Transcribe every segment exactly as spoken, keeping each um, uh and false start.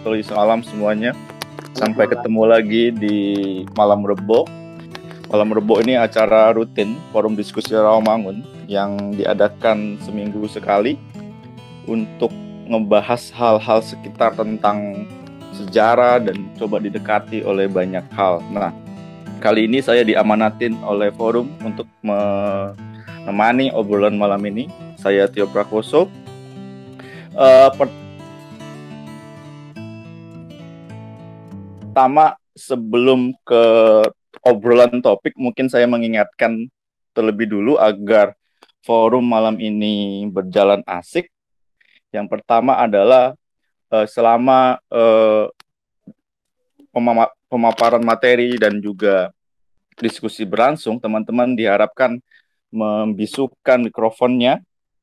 malam semuanya. Sampai ketemu lagi di Malam Rebo. Malam Rebo ini acara rutin Forum Diskusi Rawamangun yang diadakan seminggu sekali untuk ngebahas hal-hal sekitar tentang sejarah dan coba didekati oleh banyak hal. Nah, kali ini saya diamanatin oleh Forum untuk menemani obrolan malam ini. Saya Tio Prakoso. Uh, pertama, sebelum ke obrolan topik, mungkin saya mengingatkan terlebih dulu agar forum malam ini berjalan asik. Yang pertama adalah uh, selama uh, pemama- pemaparan materi dan juga diskusi berlangsung, teman-teman diharapkan membisukan mikrofonnya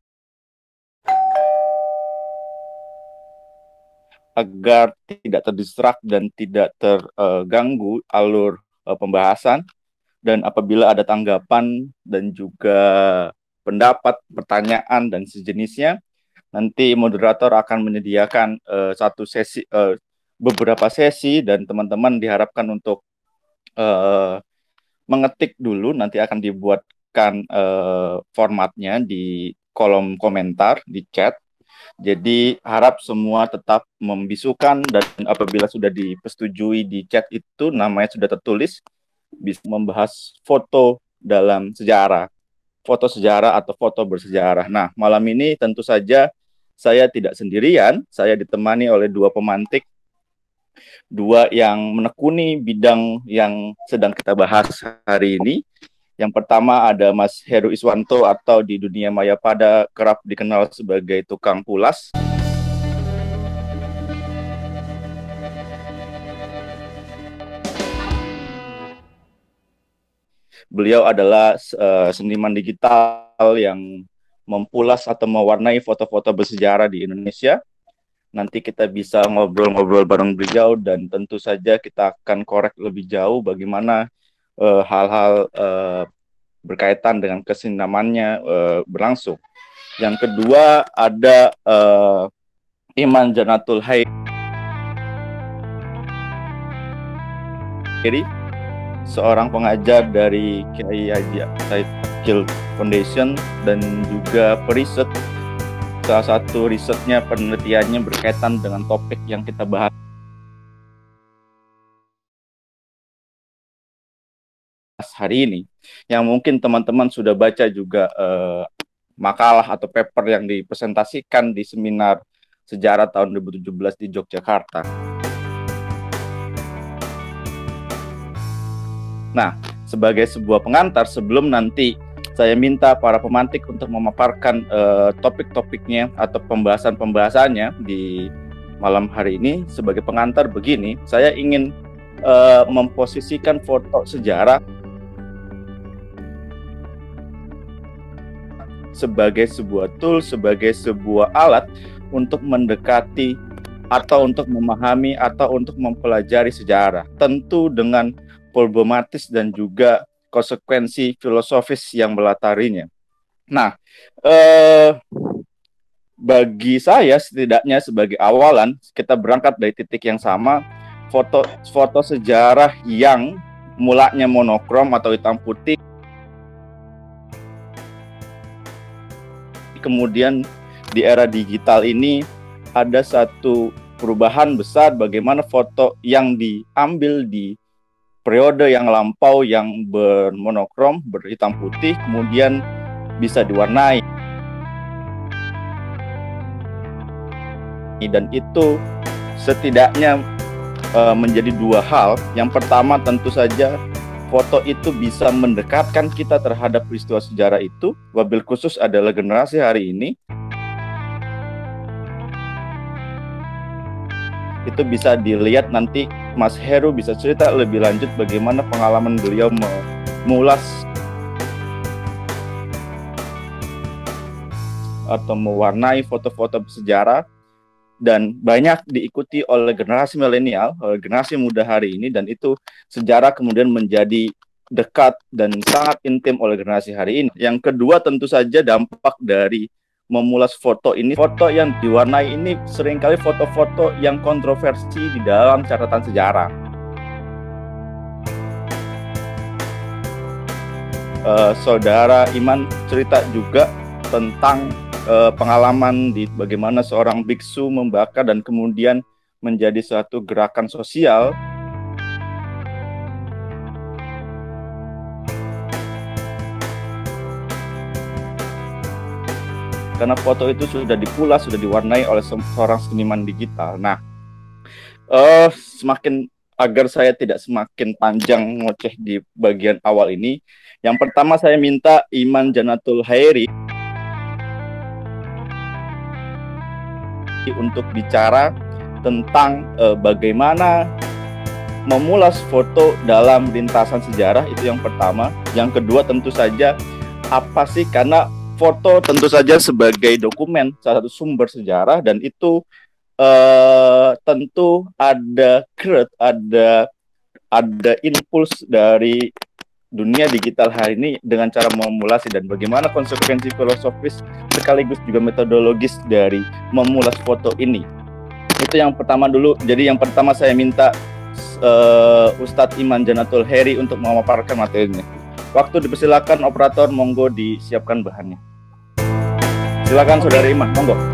agar tidak terdistrak dan tidak terganggu uh, alur uh, pembahasan. Dan apabila ada tanggapan dan juga pendapat, pertanyaan, dan sejenisnya, nanti moderator akan menyediakan uh, satu sesi, uh, beberapa sesi, dan teman-teman diharapkan untuk uh, mengetik dulu, nanti akan dibuatkan uh, formatnya di kolom komentar, di chat. Jadi harap semua tetap membisukan, dan apabila sudah dipersetujui di chat itu namanya sudah tertulis, bisa membahas foto dalam sejarah, foto sejarah atau foto bersejarah. Nah, malam ini tentu saja saya tidak sendirian, saya ditemani oleh dua pemantik, dua yang menekuni bidang yang sedang kita bahas hari ini. Yang pertama ada Mas Heru Iswanto, atau di dunia maya pada kerap dikenal sebagai tukang pulas. Beliau adalah uh, seniman digital yang mempulas atau mewarnai foto-foto bersejarah di Indonesia. Nanti kita bisa ngobrol-ngobrol bareng beliau, dan tentu saja kita akan korek lebih jauh bagaimana uh, hal-hal uh, berkaitan dengan kesenamannya uh, berlangsung. Yang kedua ada uh, Iman Janatul Hairi, seorang pengajar dari Kiai Haji Said Akil Foundation dan juga periset. Salah satu risetnya, penelitiannya berkaitan dengan topik yang kita bahas hari ini, yang mungkin teman-teman sudah baca juga eh, makalah atau paper yang dipresentasikan di seminar sejarah tahun dua ribu tujuh belas di Yogyakarta. Nah, sebagai sebuah pengantar, sebelum nanti saya minta para pemantik untuk memaparkan eh, topik-topiknya atau pembahasan-pembahasannya di malam hari ini, sebagai pengantar begini, saya ingin eh, memposisikan foto sejarah sebagai sebuah tool, sebagai sebuah alat untuk mendekati atau untuk memahami atau untuk mempelajari sejarah, tentu dengan problematis dan juga konsekuensi filosofis yang melatarinya. Nah, eh, bagi saya setidaknya sebagai awalan, kita berangkat dari titik yang sama, foto foto sejarah yang mulanya monokrom atau hitam putih, kemudian di era digital ini ada satu perubahan besar bagaimana foto yang diambil di periode yang lampau yang bermonokrom, berhitam putih, kemudian bisa diwarnai. Dan itu setidaknya uh, menjadi dua hal. Yang pertama tentu saja foto itu bisa mendekatkan kita terhadap peristiwa sejarah itu, wabil khusus adalah generasi hari ini. Itu bisa dilihat nanti, Mas Heru bisa cerita lebih lanjut bagaimana pengalaman beliau memulas atau mewarnai foto-foto sejarah, dan banyak diikuti oleh generasi milenial, oleh generasi muda hari ini, dan itu sejarah kemudian menjadi dekat dan sangat intim oleh generasi hari ini. Yang kedua tentu saja dampak dari memulas foto ini. Foto yang diwarnai ini seringkali foto-foto yang kontroversi di dalam catatan sejarah. Uh, Saudara Iman cerita juga tentang uh, pengalaman di bagaimana seorang biksu membakar dan kemudian menjadi suatu gerakan sosial. Karena foto itu sudah dipulas, sudah diwarnai oleh seorang seniman digital. Nah, uh, semakin agar saya tidak semakin panjang ngoceh di bagian awal ini, yang pertama saya minta Iman Janatul Khairi untuk bicara tentang uh, bagaimana memulas foto dalam lintasan sejarah, itu yang pertama. Yang kedua tentu saja apa sih, karena foto tentu saja sebagai dokumen, salah satu sumber sejarah, dan itu uh, tentu ada create, ada ada impuls dari dunia digital hari ini dengan cara memulasi, dan bagaimana konsekuensi filosofis sekaligus juga metodologis dari memulas foto ini. Itu yang pertama dulu. Jadi yang pertama saya minta uh, Ustadz Iman Janatul Khairi untuk memaparkan materinya. Waktu dipersilakan operator, monggo disiapkan bahannya. Silakan Saudara Iman, monggo.